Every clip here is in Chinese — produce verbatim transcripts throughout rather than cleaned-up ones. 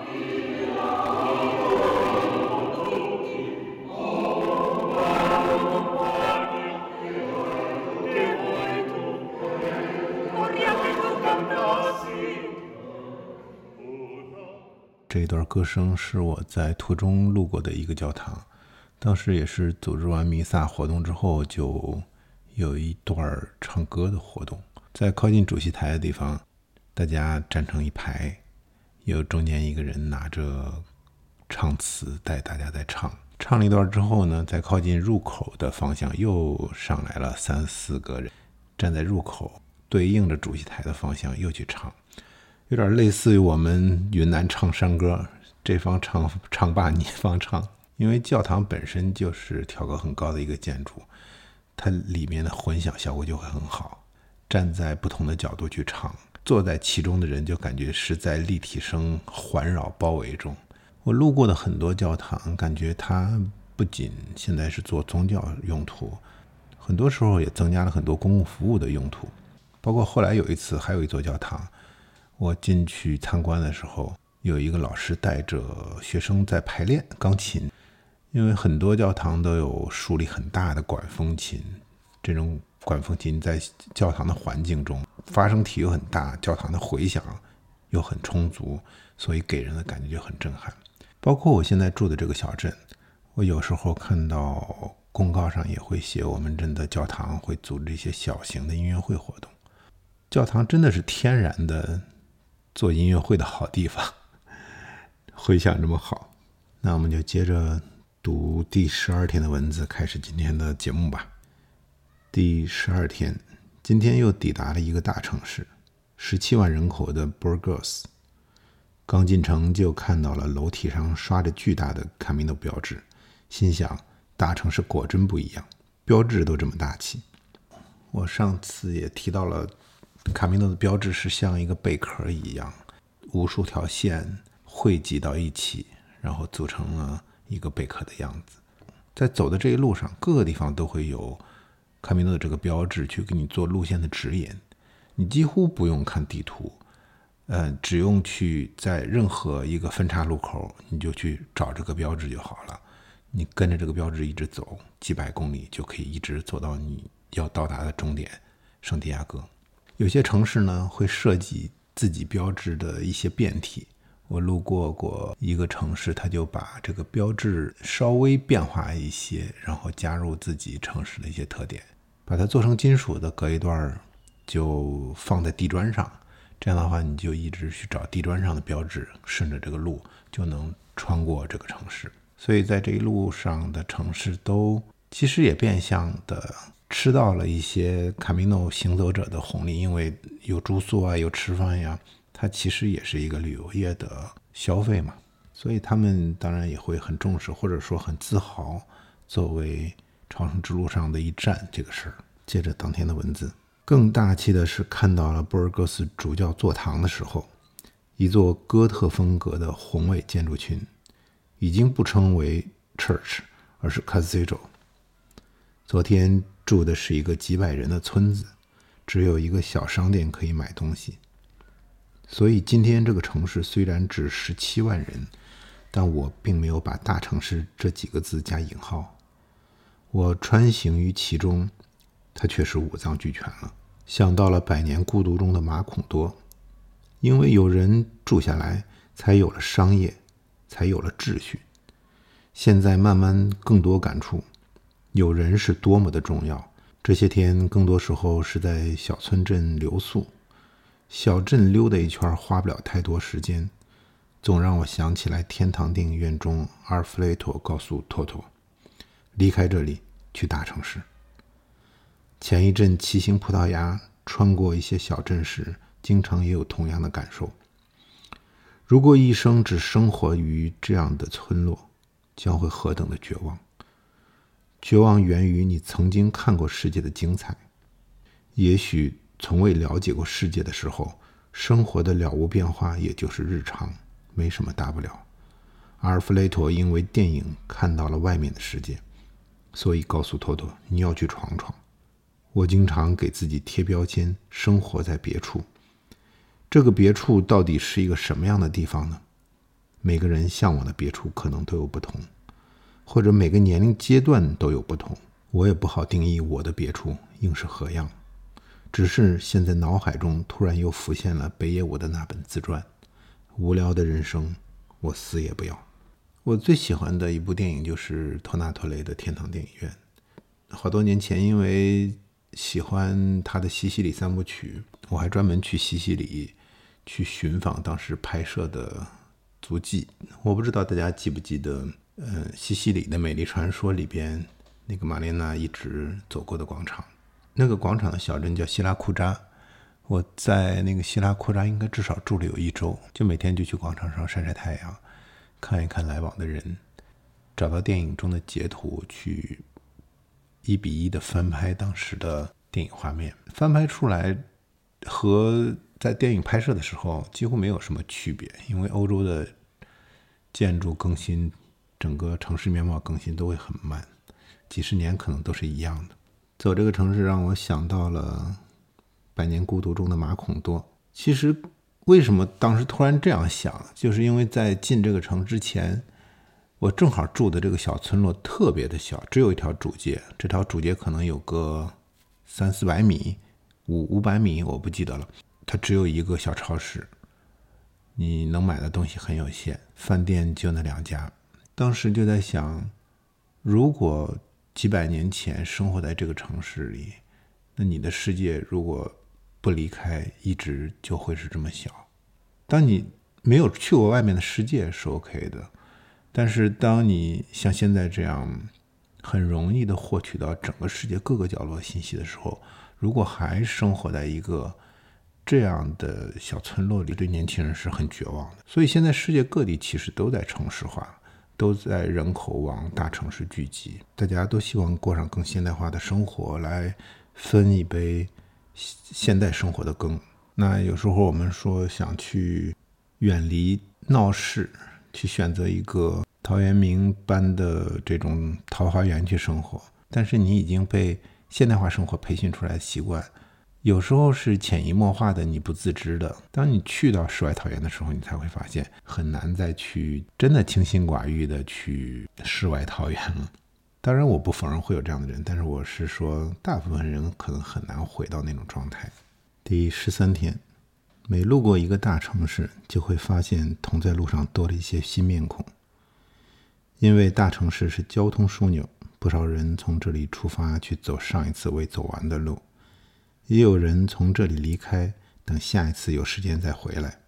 这一段歌声是我在途中路过的一个教堂，当时也是组织完弥撒活动之后，就有一段唱歌的活动。在靠近主席台的地方，大家站成一排，有中间一个人拿着唱词带大家在唱。唱了一段之后呢，在靠近入口的方向又上来了三四个人，站在入口对应着主席台的方向又去唱。有点类似于我们云南唱山歌，这方唱唱罢你方唱。因为教堂本身就是挑高很高的一个建筑，它里面的混响效果就会很好。站在不同的角度去唱，坐在其中的人就感觉是在立体声环绕包围中。我路过的很多教堂，感觉它不仅现在是做宗教用途，很多时候也增加了很多公共服务的用途。包括后来有一次还有一座教堂，我进去参观的时候，有一个老师带着学生在排练钢琴。因为很多教堂都有竖立很大的管风琴，这种管风琴在教堂的环境中发声体又很大，教堂的回响又很充足，所以给人的感觉就很震撼。包括我现在住的这个小镇，我有时候看到公告上也会写我们镇的教堂会组织一些小型的音乐会活动。教堂真的是天然的做音乐会的好地方，回响这么好。那我们就接着读第十二天的文字，开始今天的节目吧。第十二天，今天又抵达了一个大城市，十七万人口的 Burgos。刚进城就看到了楼体上刷着巨大的 Camino 标志，心想大城市果真不一样，标志都这么大气。我上次也提到了 Camino 的标志是像一个贝壳一样，无数条线汇集到一起，然后组成了一个贝壳的样子。在走的这一路上，各个地方都会有卡米诺的这个标志去给你做路线的指引，你几乎不用看地图，呃，只用去在任何一个分岔路口，你就去找这个标志就好了。你跟着这个标志一直走，几百公里就可以一直走到你要到达的终点圣地亚哥。有些城市呢会设计自己标志的一些变体。我路过过一个城市，他就把这个标志稍微变化一些，然后加入自己城市的一些特点，把它做成金属的，隔一段就放在地砖上。这样的话，你就一直去找地砖上的标志，顺着这个路就能穿过这个城市。所以在这一路上的城市都其实也变相的吃到了一些卡米诺行走者的红利，因为有住宿啊，有吃饭呀。它其实也是一个旅游业的消费嘛，所以他们当然也会很重视，或者说很自豪作为朝圣之路上的一站这个事儿。接着当天的文字，更大气的是看到了布尔戈斯主教座堂的时候，一座哥特风格的宏伟建筑群，已经不称为 church 而是 cathedral。 昨天住的是一个几百人的村子，只有一个小商店可以买东西。所以今天这个城市虽然只十七万人，但我并没有把大城市这几个字加引号。我穿行于其中，它却是五脏俱全了。想到了百年孤独中的马孔多，因为有人住下来，才有了商业，才有了秩序。现在慢慢更多感触，有人是多么的重要。这些天更多时候是在小村镇留宿，小镇溜达一圈花不了太多时间，总让我想起来天堂电影院中阿尔弗雷托告诉托托，离开这里去大城市。前一阵骑行葡萄牙穿过一些小镇时，经常也有同样的感受。如果一生只生活于这样的村落，将会何等的绝望。绝望源于你曾经看过世界的精彩，也许从未了解过世界的时候，生活的了无变化也就是日常，没什么大不了。阿尔弗雷托因为电影看到了外面的世界，所以告诉托托你要去闯闯。我经常给自己贴标签，生活在别处。这个别处到底是一个什么样的地方呢？ 每个人向往的别处可能都有不同，或者每个年龄阶段都有不同。我也不好定义我的别处应是何样，只是现在脑海中突然又浮现了北野武的那本自传，无聊的人生我死也不要。我最喜欢的一部电影就是托纳托雷的天堂电影院。好多年前因为喜欢他的西西里三部曲，我还专门去西西里去寻访当时拍摄的足迹。我不知道大家记不记得呃，西西里的美丽传说里边那个玛莲娜一直走过的广场，那个广场的小镇叫希拉库扎。我在那个希拉库扎应该至少住了有一周，就每天就去广场上晒晒太阳，看一看来往的人，找到电影中的截图，去一比一的翻拍当时的电影画面。翻拍出来和在电影拍摄的时候几乎没有什么区别，因为欧洲的建筑更新，整个城市面貌更新都会很慢，几十年可能都是一样的。走这个城市让我想到了百年孤独中的马孔多。其实为什么当时突然这样想，就是因为在进这个城之前，我正好住的这个小村落特别的小，只有一条主街，这条主街可能有个三四百米五五百米我不记得了，它只有一个小超市，你能买的东西很有限，饭店就那两家。当时就在想，如果几百年前生活在这个城市里，那你的世界如果不离开，一直就会是这么小。当你没有去过外面的世界是 OK 的，但是当你像现在这样很容易的获取到整个世界各个角落信息的时候，如果还生活在一个这样的小村落里，对年轻人是很绝望的。所以现在世界各地其实都在城市化，都在人口往大城市聚集，大家都希望过上更现代化的生活，来分一杯现代生活的羹。那有时候我们说想去远离闹市，去选择一个陶渊明般的这种桃花源去生活，但是你已经被现代化生活培训出来的习惯，有时候是潜移默化的，你不自知的。当你去到世外桃源的时候，你才会发现很难再去真的清心寡欲的去世外桃源了。当然我不否认会有这样的人，但是我是说大部分人可能很难回到那种状态。第十三天，每路过一个大城市，就会发现同在路上多了一些新面孔。因为大城市是交通枢纽，不少人从这里出发去走上一次未走完的路，也有人从这里离开，等下一次有时间再回来。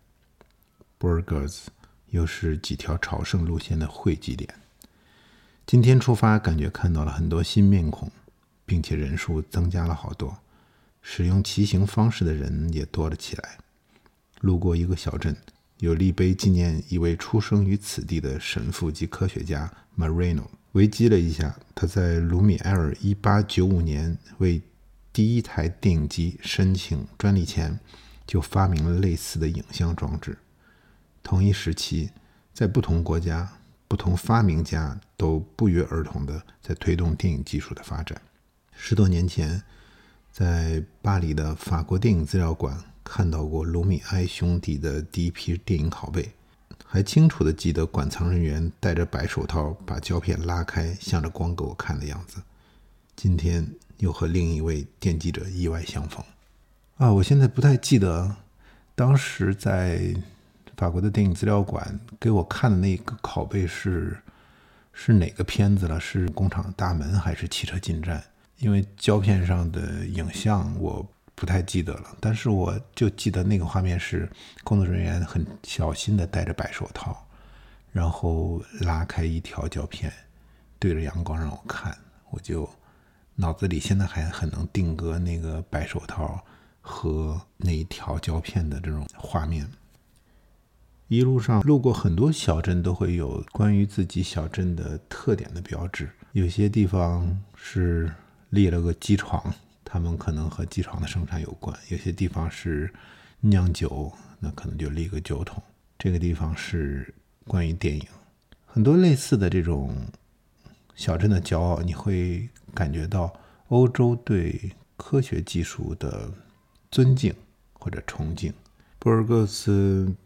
Burgers 又是几条朝圣路线的汇集点。今天出发，感觉看到了很多新面孔，并且人数增加了好多，使用骑行方式的人也多了起来。路过一个小镇，有立碑纪念一位出生于此地的神父及科学家 Marino。 维基了一下，他在卢米埃尔一八九五年为第一台电影机申请专利前，就发明了类似的影像装置。同一时期，在不同国家，不同发明家都不约而同地在推动电影技术的发展。十多年前，在巴黎的法国电影资料馆看到过卢米埃兄弟的第一批电影拷贝，还清楚地记得馆藏人员戴着白手套把胶片拉开，向着光给我看的样子。今天又和另一位奠基者意外相逢。啊，我现在不太记得当时在法国的电影资料馆给我看的那个拷贝是是哪个片子了，是工厂大门还是汽车进站？因为胶片上的影像我不太记得了，但是我就记得那个画面是工作人员很小心的戴着白手套，然后拉开一条胶片对着阳光让我看，我就脑子里现在还很能定格那个白手套和那一条胶片的这种画面。一路上路过很多小镇，都会有关于自己小镇的特点的标志，有些地方是立了个机床，他们可能和机床的生产有关，有些地方是酿酒，那可能就立个酒桶，这个地方是关于电影。很多类似的这种小镇的骄傲，你会感觉到欧洲对科学技术的尊敬或者崇敬。博尔戈斯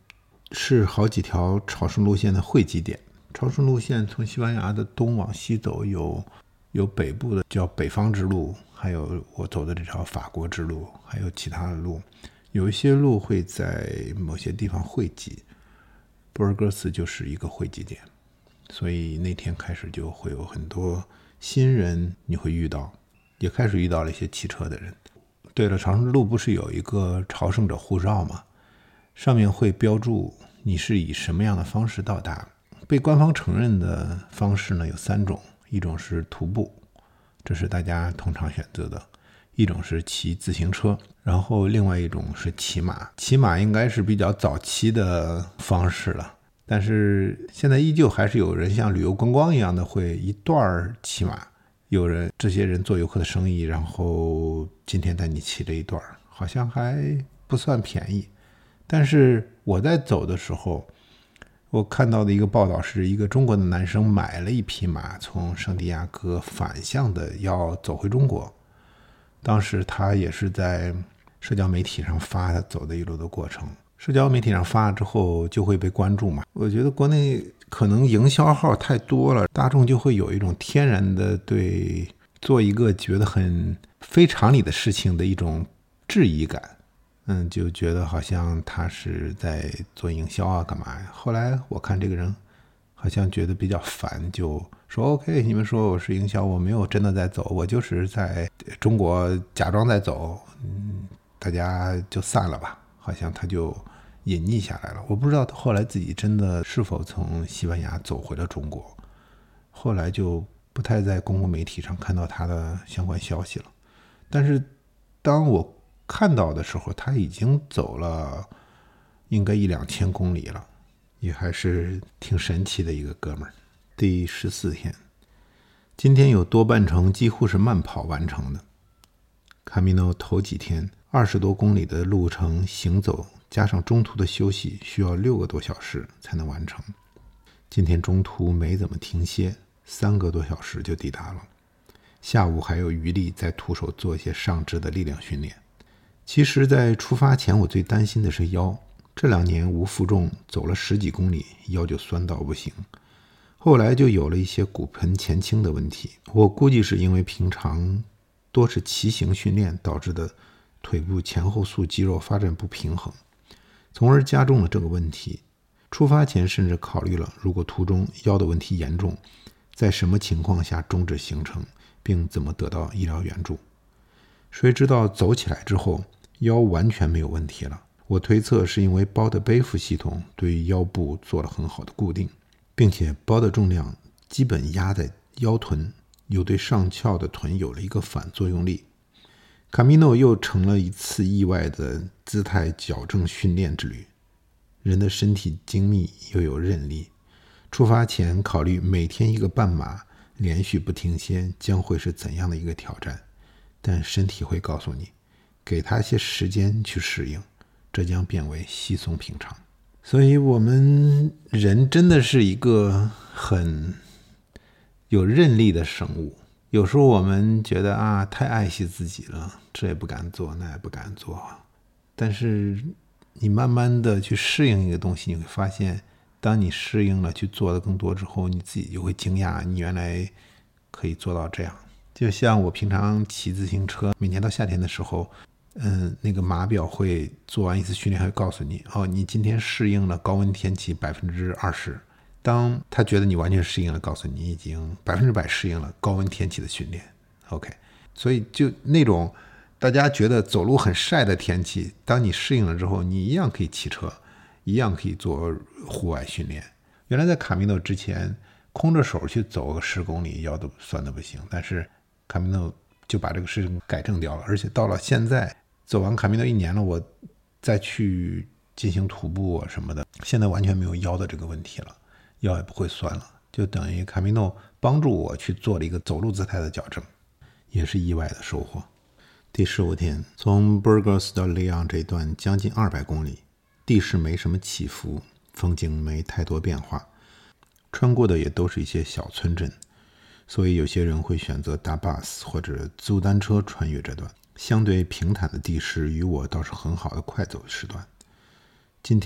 是好几条朝圣路线的汇集点。朝圣路线从西班牙的东往西走，有有北部的叫北方之路，还有我走的这条法国之路，还有其他的路。有一些路会在某些地方汇集，布尔戈斯就是一个汇集点，所以那天开始就会有很多新人你会遇到，也开始遇到了一些骑车的人。对了，朝圣之路不是有一个朝圣者护照吗？上面会标注你是以什么样的方式到达。被官方承认的方式呢有三种，一种是徒步，这是大家通常选择的；一种是骑自行车，然后另外一种是骑马。骑马应该是比较早期的方式了，但是现在依旧还是有人像旅游观光一样的会一段骑马，有人这些人做游客的生意，然后今天带你骑这一段，好像还不算便宜。但是我在走的时候，我看到的一个报道是一个中国的男生买了一匹马，从圣地亚哥反向的要走回中国。当时他也是在社交媒体上发他走的一路的过程，社交媒体上发了之后就会被关注嘛。我觉得国内可能营销号太多了，大众就会有一种天然的对做一个觉得很非常理的事情的一种质疑感。嗯，就觉得好像他是在做营销啊，干嘛呀？后来我看这个人好像觉得比较烦，就说 OK， 你们说我是营销，我没有真的在走，我就是在中国假装在走，嗯，大家就散了吧。好像他就隐匿下来了。我不知道他后来自己真的是否从西班牙走回了中国，后来就不太在公共媒体上看到他的相关消息了。但是当我看到的时候，他已经走了应该一两千公里了，也还是挺神奇的一个哥们儿。第十四天，今天有多半程几乎是慢跑完成的。卡米诺头几天二十多公里的路程行走，加上中途的休息，需要六个多小时才能完成。今天中途没怎么停歇，三个多小时就抵达了。下午还有余力再徒手做一些上肢的力量训练。其实在出发前我最担心的是腰，这两年无负重走了十几公里，腰就酸到不行，后来就有了一些骨盆前倾的问题。我估计是因为平常多是骑行训练导致的腿部前后束肌肉发展不平衡，从而加重了这个问题。出发前甚至考虑了，如果途中腰的问题严重，在什么情况下终止行程，并怎么得到医疗援助。谁知道走起来之后腰完全没有问题了。我推测是因为包的背负系统对腰部做了很好的固定，并且包的重量基本压在腰臀，又对上翘的臀有了一个反作用力。卡米诺又成了一次意外的姿态矫正训练之旅。人的身体精密又有韧力，出发前考虑每天一个半马，连续不停歇将会是怎样的一个挑战，但身体会告诉你，给他些时间去适应，这将变为稀松平常。所以我们人真的是一个很有韧力的生物。有时候我们觉得啊，太爱惜自己了，这也不敢做，那也不敢做。但是你慢慢的去适应一个东西，你会发现，当你适应了去做的更多之后，你自己就会惊讶，你原来可以做到这样。就像我平常骑自行车，每年到夏天的时候，嗯，那个码表会做完一次训练，还会告诉你，哦，你今天适应了高温天气百分之二十。当他觉得你完全适应了，告诉你你已经百分之百适应了高温天气的训练。OK， 所以就那种大家觉得走路很晒的天气，当你适应了之后，你一样可以骑车，一样可以做户外训练。原来在卡米诺之前，空着手去走个十公里，腰都酸的不行，但是卡米诺就把这个事情改正掉了。而且到了现在，走完卡米诺一年了，我再去进行徒步啊什么的，现在完全没有腰的这个问题了，腰也不会酸了，就等于卡米诺帮助我去做了一个走路姿态的矫正，也是意外的收获。第十五天，从 Burgos 到利昂这段将近二百公里，地势没什么起伏，风景没太多变化，穿过的也都是一些小村镇，所以有些人会选择搭 bus 或者租单车穿越这段相对平坦的地势，与我倒是很好的快走时段。今天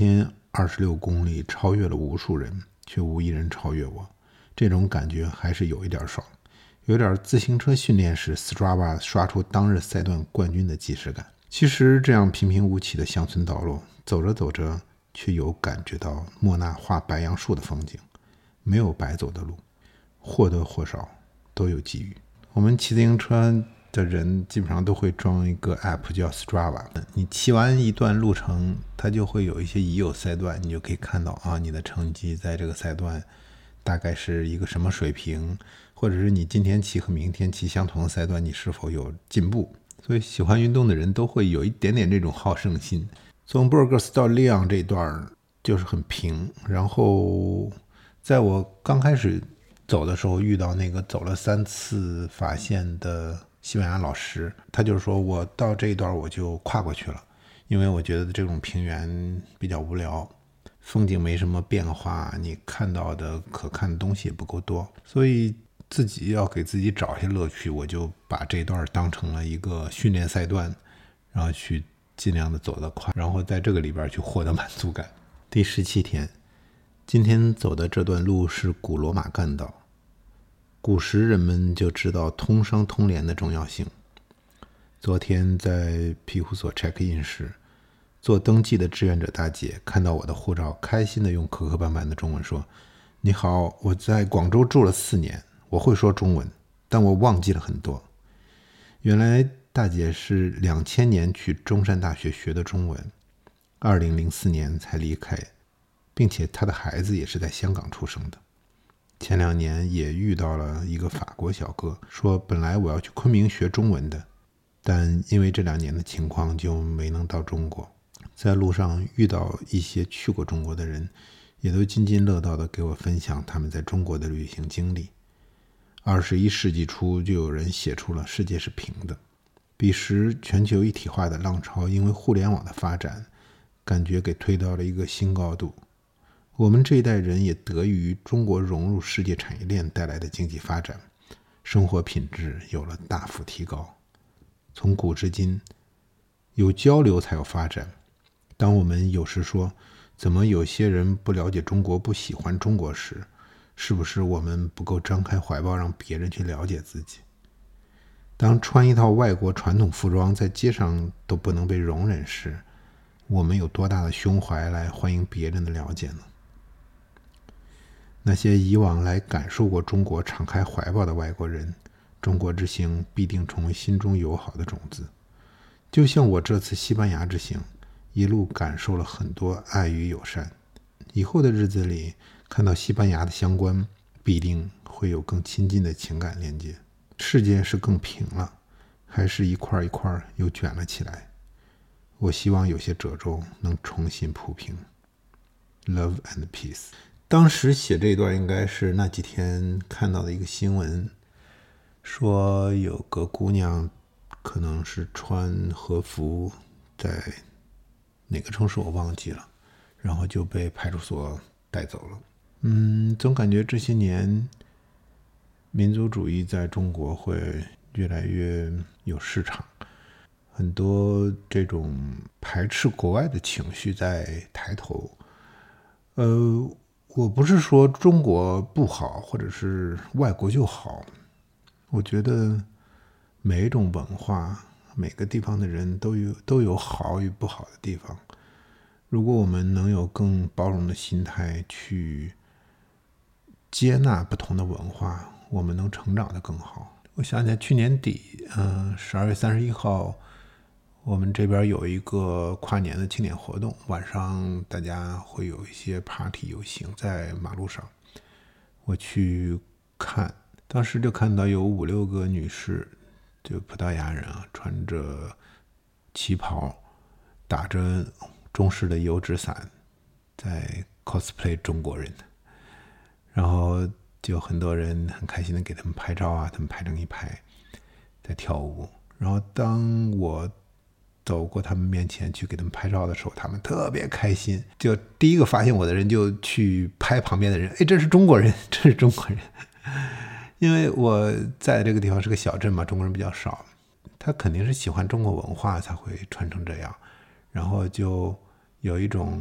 二十六公里超越了无数人，却无一人超越我，这种感觉还是有一点爽，有点自行车训练时 Strava 刷出当日赛段冠军的即视感。其实这样平平无奇的乡村道路，走着走着却有感觉到莫那画白杨树的风景，没有白走的路，或多或少都有机遇。我们骑自行车的人基本上都会装一个 app 叫 Strava， 你骑完一段路程，它就会有一些已有赛段，你就可以看到啊，你的成绩在这个赛段大概是一个什么水平，或者是你今天骑和明天骑相同的赛段，你是否有进步。所以喜欢运动的人都会有一点点这种好胜心。从 Burgos 到利昂这一段就是很平，然后在我刚开始走的时候遇到那个走了三次法线的西班牙老师，他就是说我到这一段我就跨过去了，因为我觉得这种平原比较无聊，风景没什么变化，你看到的可看的东西也不够多，所以自己要给自己找一些乐趣，我就把这段当成了一个训练赛段，然后去尽量的走得快，然后在这个里边去获得满足感。第十七天，今天走的这段路是古罗马干道。古时人们就知道通商通联的重要性。昨天在庇护所 check in 时，做登记的志愿者大姐看到我的护照，开心地用磕磕绊绊的中文说：“你好，我在广州住了四年，我会说中文，但我忘记了很多。”原来大姐是两千年去中山大学学的中文，二零零四年才离开，并且她的孩子也是在香港出生的。前两年也遇到了一个法国小哥，说本来我要去昆明学中文的，但因为这两年的情况就没能到中国。在路上遇到一些去过中国的人，也都津津乐道地给我分享他们在中国的旅行经历。二十一世纪初就有人写出了世界是平的。彼时全球一体化的浪潮因为互联网的发展，感觉给推到了一个新高度。我们这一代人也得益于中国融入世界产业链带来的经济发展，生活品质有了大幅提高。从古至今，有交流才有发展。当我们有时说怎么有些人不了解中国，不喜欢中国时，是不是我们不够张开怀抱让别人去了解自己？当穿一套外国传统服装在街上都不能被容忍时，我们有多大的胸怀来欢迎别人的了解呢？那些以往来感受过中国敞开怀抱的外国人，中国之行必定成为心中友好的种子。就像我这次西班牙之行，一路感受了很多爱与友善。以后的日子里，看到西班牙的相关，必定会有更亲近的情感连接。世界是更平了，还是一块一块又卷了起来？我希望有些褶皱能重新铺平。Love and peace。当时写这一段应该是那几天看到的一个新闻，说有个姑娘可能是穿和服，在哪个城市我忘记了，然后就被派出所带走了。嗯，总感觉这些年民族主义在中国会越来越有市场，很多这种排斥国外的情绪在抬头。呃，我不是说中国不好，或者是外国就好，我觉得每一种文化，每个地方的人都有都有好与不好的地方。如果我们能有更包容的心态去接纳不同的文化，我们能成长得更好。我想起来去年底，嗯，十二月三十一号，我们这边有一个跨年的庆典活动，晚上大家会有一些 party 游行在马路上。我去看，当时就看到有五六个女士，就葡萄牙人啊，穿着旗袍，打着中式的油纸伞，在 cosplay 中国人。然后就很多人很开心的给他们拍照啊，他们排成一排在跳舞。然后当我走过他们面前去给他们拍照的时候，他们特别开心，就第一个发现我的人就去拍旁边的人，哎，这是中国人，这是中国人。因为我在这个地方是个小镇嘛，中国人比较少，他肯定是喜欢中国文化才会穿成这样，然后就有一种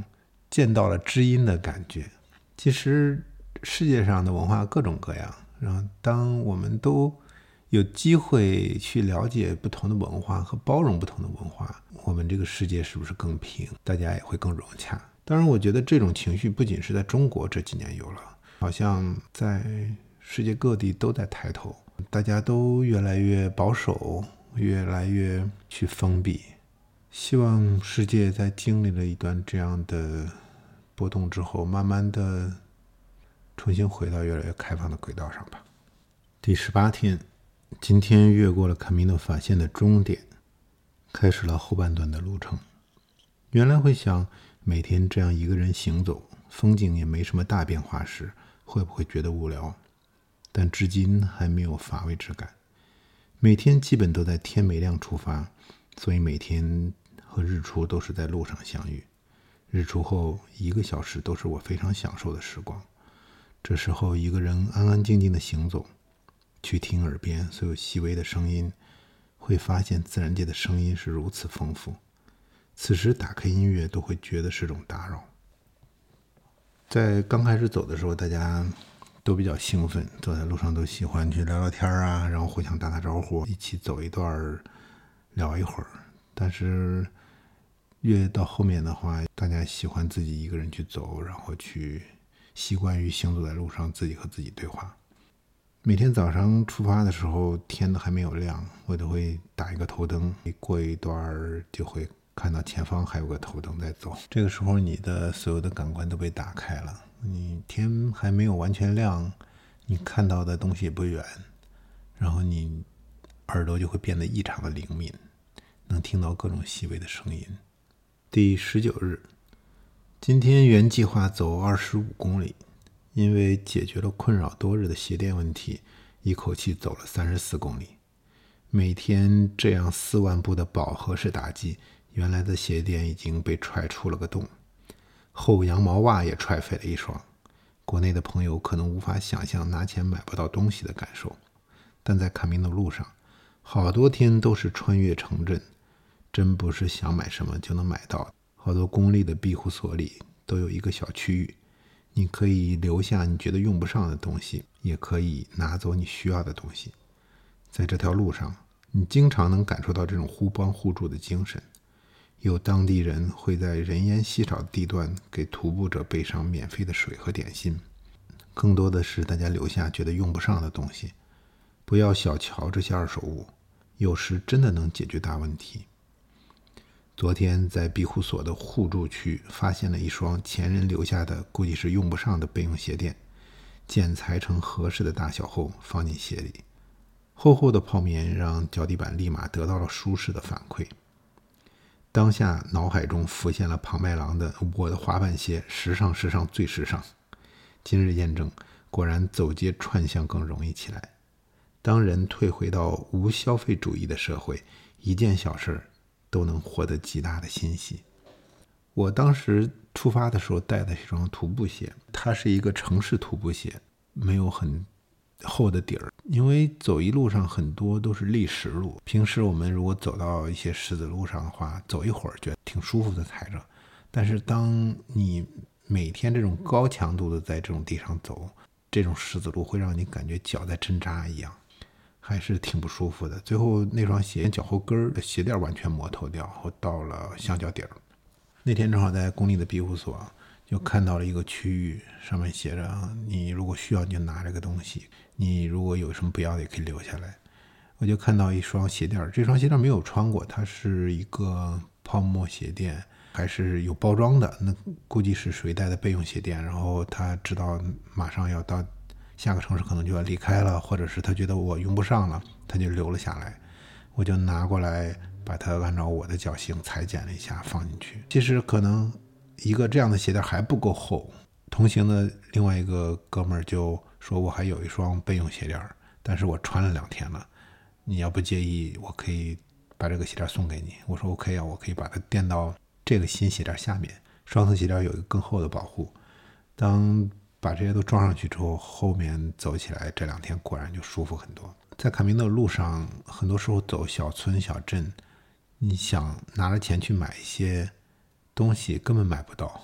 见到了知音的感觉。其实世界上的文化各种各样，然后当我们都有机会去了解不同的文化和包容不同的文化，我们这个世界是不是更平，大家也会更融洽。当然我觉得这种情绪不仅是在中国这几年有了，好像在世界各地都在抬头，大家都越来越保守，越来越去封闭。希望世界在经历了一段这样的波动之后，慢慢的重新回到越来越开放的轨道上吧。第十八天，今天越过了卡米诺法线的终点，开始了后半段的路程。原来会想，每天这样一个人行走，风景也没什么大变化时，会不会觉得无聊？但至今还没有乏味之感。每天基本都在天没亮出发，所以每天和日出都是在路上相遇。日出后一个小时都是我非常享受的时光。这时候一个人安安静静的行走，去听耳边所有细微的声音，会发现自然界的声音是如此丰富。此时打开音乐都会觉得是种打扰。在刚开始走的时候，大家都比较兴奋，走在路上都喜欢去聊聊天啊，然后互相打打招呼，一起走一段聊一会儿。但是越到后面的话，大家喜欢自己一个人去走，然后去习惯于行走在路上，自己和自己对话。每天早上出发的时候，天都还没有亮，我都会打一个头灯，过一段就会看到前方还有个头灯在走。这个时候你的所有的感官都被打开了，你天还没有完全亮，你看到的东西也不远，然后你耳朵就会变得异常的灵敏，能听到各种细微的声音。第十九日，今天原计划走二十五公里，因为解决了困扰多日的鞋垫问题，一口气走了三十四公里。每天这样四万步的饱和式打击，原来的鞋垫已经被踹出了个洞，厚羊毛袜也踹废了一双。国内的朋友可能无法想象拿钱买不到东西的感受，但在卡米诺路上，好多天都是穿越城镇，真不是想买什么就能买到。好多公立的庇护所里都有一个小区域，你可以留下你觉得用不上的东西，也可以拿走你需要的东西。在这条路上，你经常能感受到这种互帮互助的精神。有当地人会在人烟稀少的地段给徒步者备上免费的水和点心，更多的是大家留下觉得用不上的东西。不要小瞧这些二手物，有时真的能解决大问题。昨天在庇护所的互助区发现了一双前人留下的估计是用不上的备用鞋垫，剪裁成合适的大小后放进鞋里。厚厚的泡棉让脚底板立马得到了舒适的反馈。当下脑海中浮现了庞麦郎的我的滑板鞋时尚时尚最时尚。今日验证，果然走街串巷更容易起来。当人退回到无消费主义的社会，一件小事都能获得极大的欣喜。我当时出发的时候带的是一双徒步鞋，它是一个城市徒步鞋，没有很厚的底儿，因为走一路上很多都是砾石路，平时我们如果走到一些石子路上的话，走一会儿觉得挺舒服的踩着，但是当你每天这种高强度的在这种地上走，这种石子路会让你感觉脚在针扎一样，还是挺不舒服的。最后那双鞋脚后跟的鞋垫完全磨透掉，后到了橡胶底儿。那天正好在公立的庇护所，就看到了一个区域，上面写着你如果需要你就拿这个东西，你如果有什么不要的也可以留下来。我就看到一双鞋垫，这双鞋垫没有穿过，它是一个泡沫鞋垫，还是有包装的，那估计是谁带的备用鞋垫，然后他知道马上要到下个城市可能就要离开了，或者是他觉得我用不上了，他就留了下来。我就拿过来把它按照我的脚型裁剪了一下放进去。其实可能一个这样的鞋垫还不够厚，同行的另外一个哥们儿就说我还有一双备用鞋垫，但是我穿了两天了，你要不介意我可以把这个鞋垫送给你。我说 OK 啊，我可以把它垫到这个新鞋垫下面，双层鞋垫有一个更厚的保护。当把这些都装上去之后，后面走起来这两天果然就舒服很多。在卡米诺路上，很多时候走小村小镇，你想拿着钱去买一些东西根本买不到，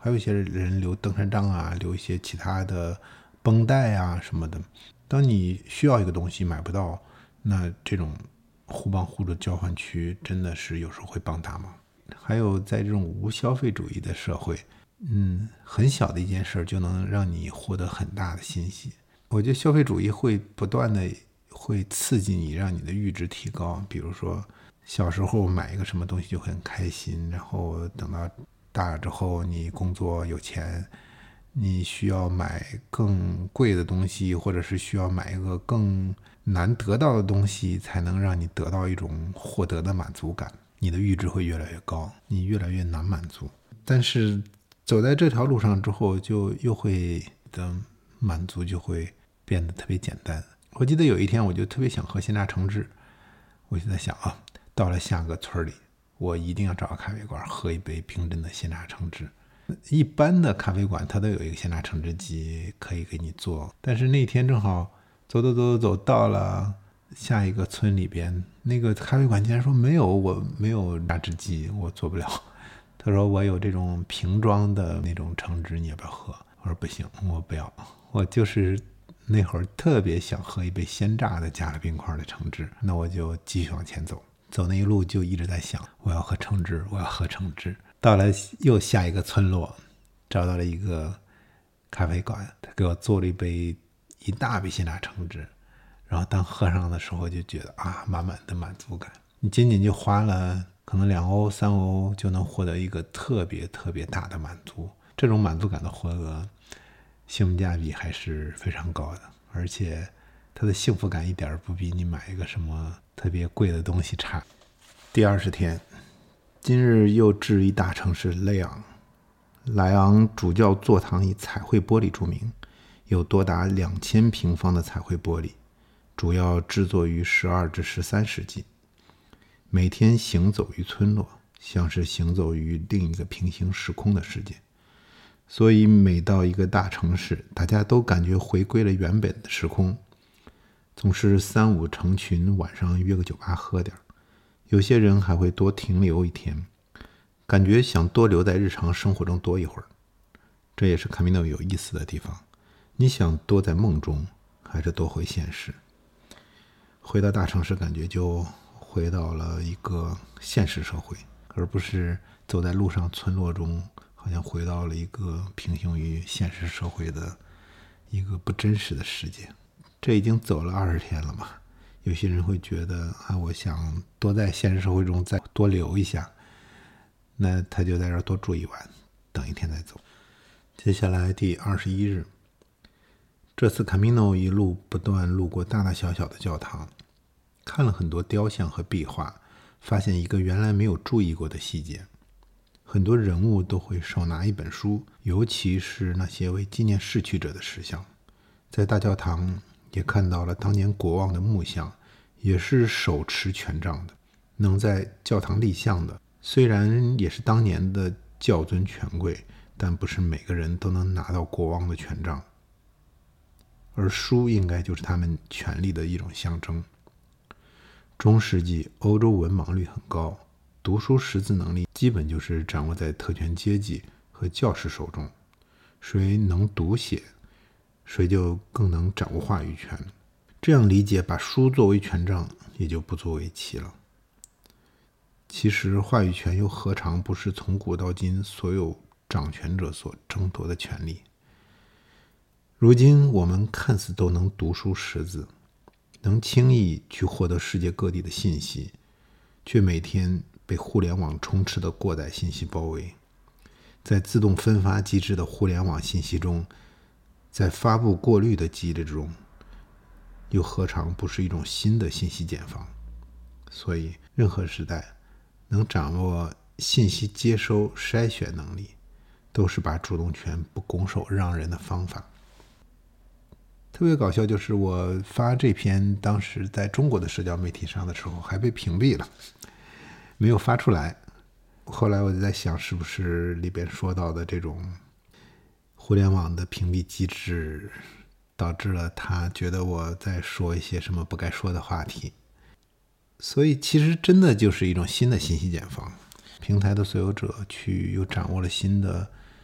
还有一些人留登山杖啊，留一些其他的绷带啊什么的。当你需要一个东西买不到，那这种互帮互助交换区真的是有时候会帮大忙。还有在这种无消费主义的社会，嗯，很小的一件事就能让你获得很大的欣喜。我觉得消费主义会不断的会刺激你，让你的阈值提高。比如说小时候买一个什么东西就很开心，然后等到大了之后，你工作有钱，你需要买更贵的东西，或者是需要买一个更难得到的东西，才能让你得到一种获得的满足感。你的阈值会越来越高，你越来越难满足。但是走在这条路上之后，就又会的满足就会变得特别简单。我记得有一天我就特别想喝鲜榨橙汁，我就在想啊，到了下个村里，我一定要找个咖啡馆喝一杯冰镇的鲜榨橙汁。一般的咖啡馆它都有一个鲜榨橙汁机可以给你做，但是那天正好走走走走走到了下一个村里边，那个咖啡馆竟然说没有，我没有榨汁机，我做不了。他说我有这种瓶装的那种橙汁，你要不要喝？我说不行，我不要，我就是那会儿特别想喝一杯鲜榨的加了冰块的橙汁。那我就继续往前走，走那一路就一直在想，我要喝橙汁，我要喝橙汁。到了又下一个村落，找到了一个咖啡馆，他给我做了一杯一大杯鲜榨橙汁。然后当喝上的时候就觉得啊，满满的满足感。你仅仅就花了可能两欧三欧就能获得一个特别特别大的满足，这种满足感的获得性价比还是非常高的，而且它的幸福感一点不比你买一个什么特别贵的东西差。第二十天，今日又至一大城市莱昂。莱昂主教座堂以彩绘玻璃著名，有多达两千平方的彩绘玻璃，主要制作于十二至十三世纪。每天行走于村落，像是行走于另一个平行时空的世界。所以每到一个大城市，大家都感觉回归了原本的时空。总是三五成群，晚上约个酒吧喝点，有些人还会多停留一天，感觉想多留在日常生活中多一会儿。这也是卡米诺有意思的地方，你想多在梦中，还是多回现实？回到大城市，感觉就回到了一个现实社会，而不是走在路上村落中，好像回到了一个平行于现实社会的一个不真实的世界。这已经走了二十天了嘛，有些人会觉得啊，我想多在现实社会中再多留一下，那他就在这儿多住一晚，等一天再走。接下来第二十一日，这次卡米诺一路不断路过大大小小的教堂，看了很多雕像和壁画，发现一个原来没有注意过的细节。很多人物都会手拿一本书，尤其是那些为纪念逝去者的石像。在大教堂也看到了当年国王的木像，也是手持权杖的。能在教堂立像的，虽然也是当年的教尊权贵，但不是每个人都能拿到国王的权杖。而书应该就是他们权力的一种象征。中世纪欧洲文盲率很高，读书识字能力基本就是掌握在特权阶级和教士手中，谁能读写，谁就更能掌握话语权。这样理解，把书作为权杖也就不足为奇了。其实话语权又何尝不是从古到今所有掌权者所争夺的权利？如今我们看似都能读书识字，能轻易去获得世界各地的信息，却每天被互联网充斥的过载信息包围。在自动分发机制的互联网信息中，在发布过滤的机制中，又何尝不是一种新的信息茧房？所以任何时代能掌握信息接收筛选能力，都是把主动权不拱手让人的方法。特别搞笑就是我发这篇当时在中国的社交媒体上的时候还被屏蔽了，没有发出来。后来我就在想，是不是里边说到的这种互联网的屏蔽机制导致了他觉得我在说一些什么不该说的话题。所以其实真的就是一种新的信息茧房，平台的所有者去又掌握了新的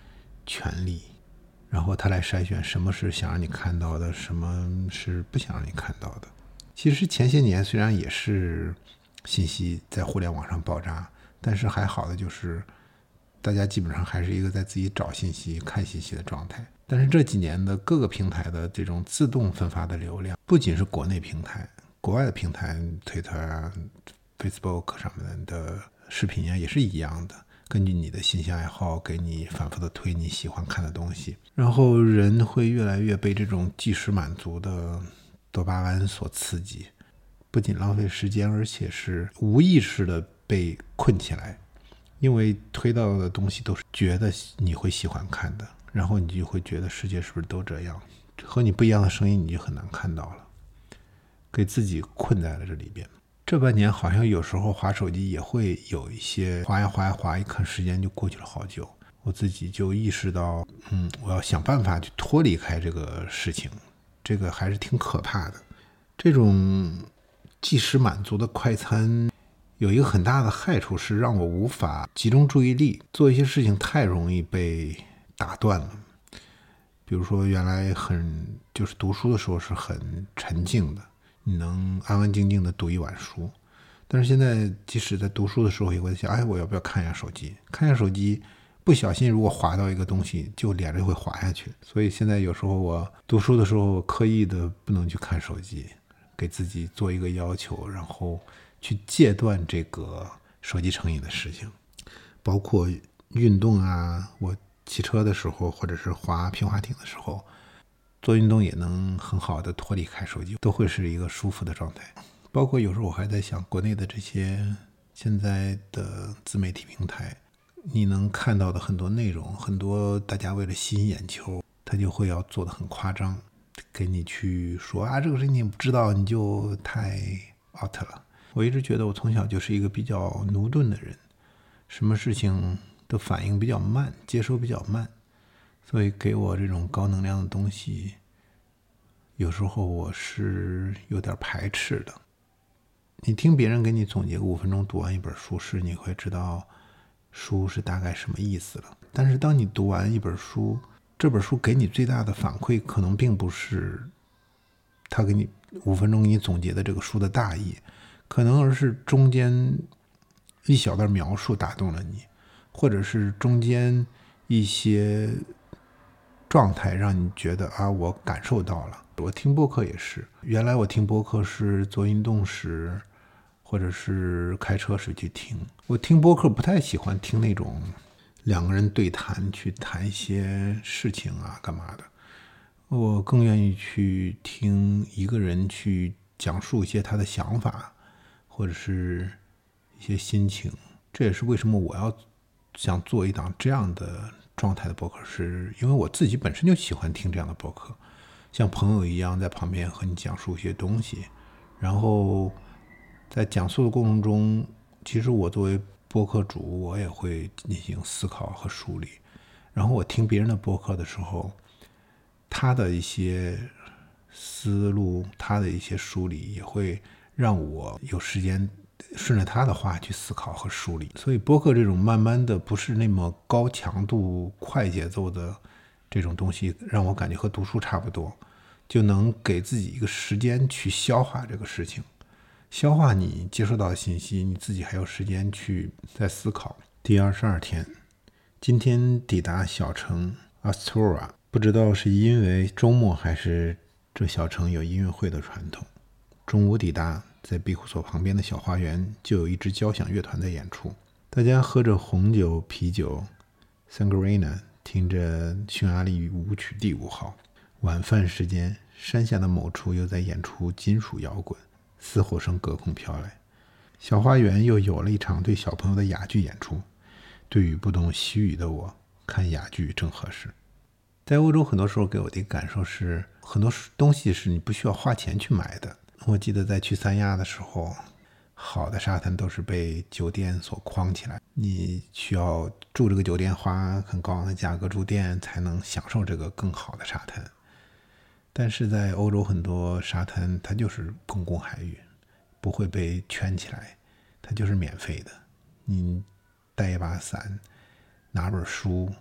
权利，然后他来筛选什么是想让你看到的，什么是不想让你看到的。其实前些年虽然也是信息在互联网上爆炸，但是还好的就是大家基本上还是一个在自己找信息看信息的状态。但是这几年的各个平台的这种自动分发的流量，不仅是国内平台，国外的平台 Twitter 啊 Facebook 上面的视频啊也是一样的，根据你的兴趣爱好给你反复的推你喜欢看的东西，然后人会越来越被这种即时满足的多巴胺所刺激，不仅浪费时间，而且是无意识的被困起来，因为推到的东西都是觉得你会喜欢看的，然后你就会觉得世界是不是都这样，和你不一样的声音你就很难看到了，给自己困在了这里边。这半年好像有时候滑手机也会有一些滑呀滑呀滑，一看时间就过去了好久，我自己就意识到，嗯，我要想办法去脱离开这个事情，这个还是挺可怕的。这种即时满足的快餐有一个很大的害处是让我无法集中注意力，做一些事情太容易被打断了。比如说原来很就是读书的时候是很沉静的，你能安安静静的读一晚书，但是现在即使在读书的时候也会想，哎，我要不要看一下手机，看一下手机不小心如果滑到一个东西就连着会滑下去。所以现在有时候我读书的时候刻意的不能去看手机，给自己做一个要求，然后去戒断这个手机成瘾的事情。包括运动啊，我骑车的时候或者是滑皮划艇的时候做运动也能很好的脱离开手机，都会是一个舒服的状态。包括有时候我还在想，国内的这些现在的自媒体平台，你能看到的很多内容，很多大家为了吸引眼球，他就会要做得很夸张，给你去说啊，这个事情你不知道，你就太 out 了。我一直觉得我从小就是一个比较驽钝的人，什么事情的反应比较慢，接收比较慢，所以给我这种高能量的东西，有时候我是有点排斥的。你听别人给你总结个五分钟读完一本书时，你会知道书是大概什么意思了。但是当你读完一本书，这本书给你最大的反馈可能并不是他给你五分钟给你总结的这个书的大意，可能而是中间一小段描述打动了你，或者是中间一些状态让你觉得啊，我感受到了。我听播客也是，原来我听播客是做运动时或者是开车时去听，我听播客不太喜欢听那种两个人对谈，去谈一些事情啊干嘛的，我更愿意去听一个人去讲述一些他的想法或者是一些心情。这也是为什么我要想做一档这样的状态的播客，是因为我自己本身就喜欢听这样的播客，像朋友一样在旁边和你讲述一些东西，然后在讲述的过程中，其实我作为播客主，我也会进行思考和梳理。然后我听别人的播客的时候，他的一些思路，他的一些梳理，也会让我有时间顺着他的话去思考和梳理。所以播客这种慢慢的，不是那么高强度快节奏的这种东西，让我感觉和读书差不多，就能给自己一个时间去消化这个事情，消化你接收到的信息，你自己还有时间去再思考。第二十二天，今天抵达小城 Astora， 不知道是因为周末还是这小城有音乐会的传统。中午抵达，在庇护所旁边的小花园就有一支交响乐团在演出，大家喝着红酒啤酒 Sangria， 听着匈牙利舞曲第五号。晚饭时间，山下的某处又在演出金属摇滚，嘶吼声隔空飘来。小花园又有了一场对小朋友的哑剧演出，对于不懂西语的我，看哑剧正合适。在欧洲很多时候给我的一个感受是，很多东西是你不需要花钱去买的。我记得在去三亚的时候，好的沙滩都是被酒店所框起来，你需要住这个酒店花很高昂的价格住店才能享受这个更好的沙滩。但是在欧洲很多沙滩它就是公共海域，不会被圈起来，它就是免费的。你带一把伞，拿本书，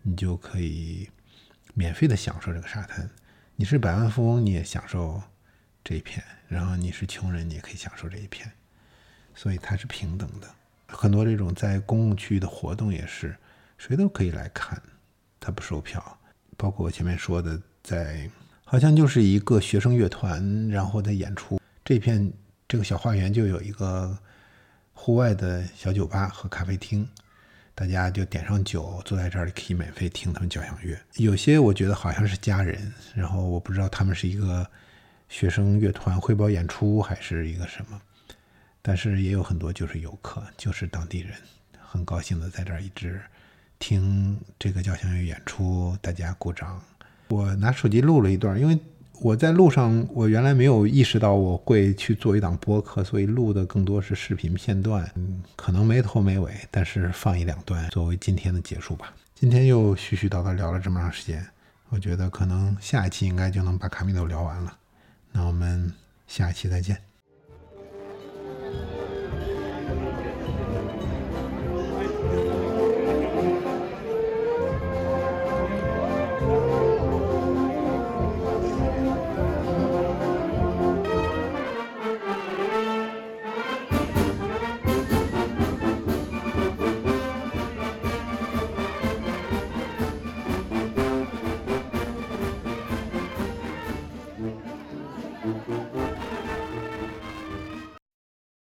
你就可以免费的享受这个沙滩。你是百万富翁，你也享受这一片，然后你是穷人，你也可以享受这一片，所以它是平等的。很多这种在公共区域的活动也是谁都可以来看，它不收票。包括我前面说的，在好像就是一个学生乐团然后的演出，这片这个小花园就有一个户外的小酒吧和咖啡厅，大家就点上酒，坐在这儿可以免费听他们交响乐。有些我觉得好像是家人，然后我不知道他们是一个学生乐团汇报演出还是一个什么，但是也有很多就是游客，就是当地人，很高兴的在这儿一直听这个交响乐演出，大家鼓掌。我拿手机录了一段，因为我在路上，我原来没有意识到我会去做一档播客，所以录的更多是视频片段，嗯，可能没头没尾，但是放一两段作为今天的结束吧。今天又絮絮叨叨聊了这么长时间，我觉得可能下一期应该就能把卡米诺聊完了。那我们下一期再见。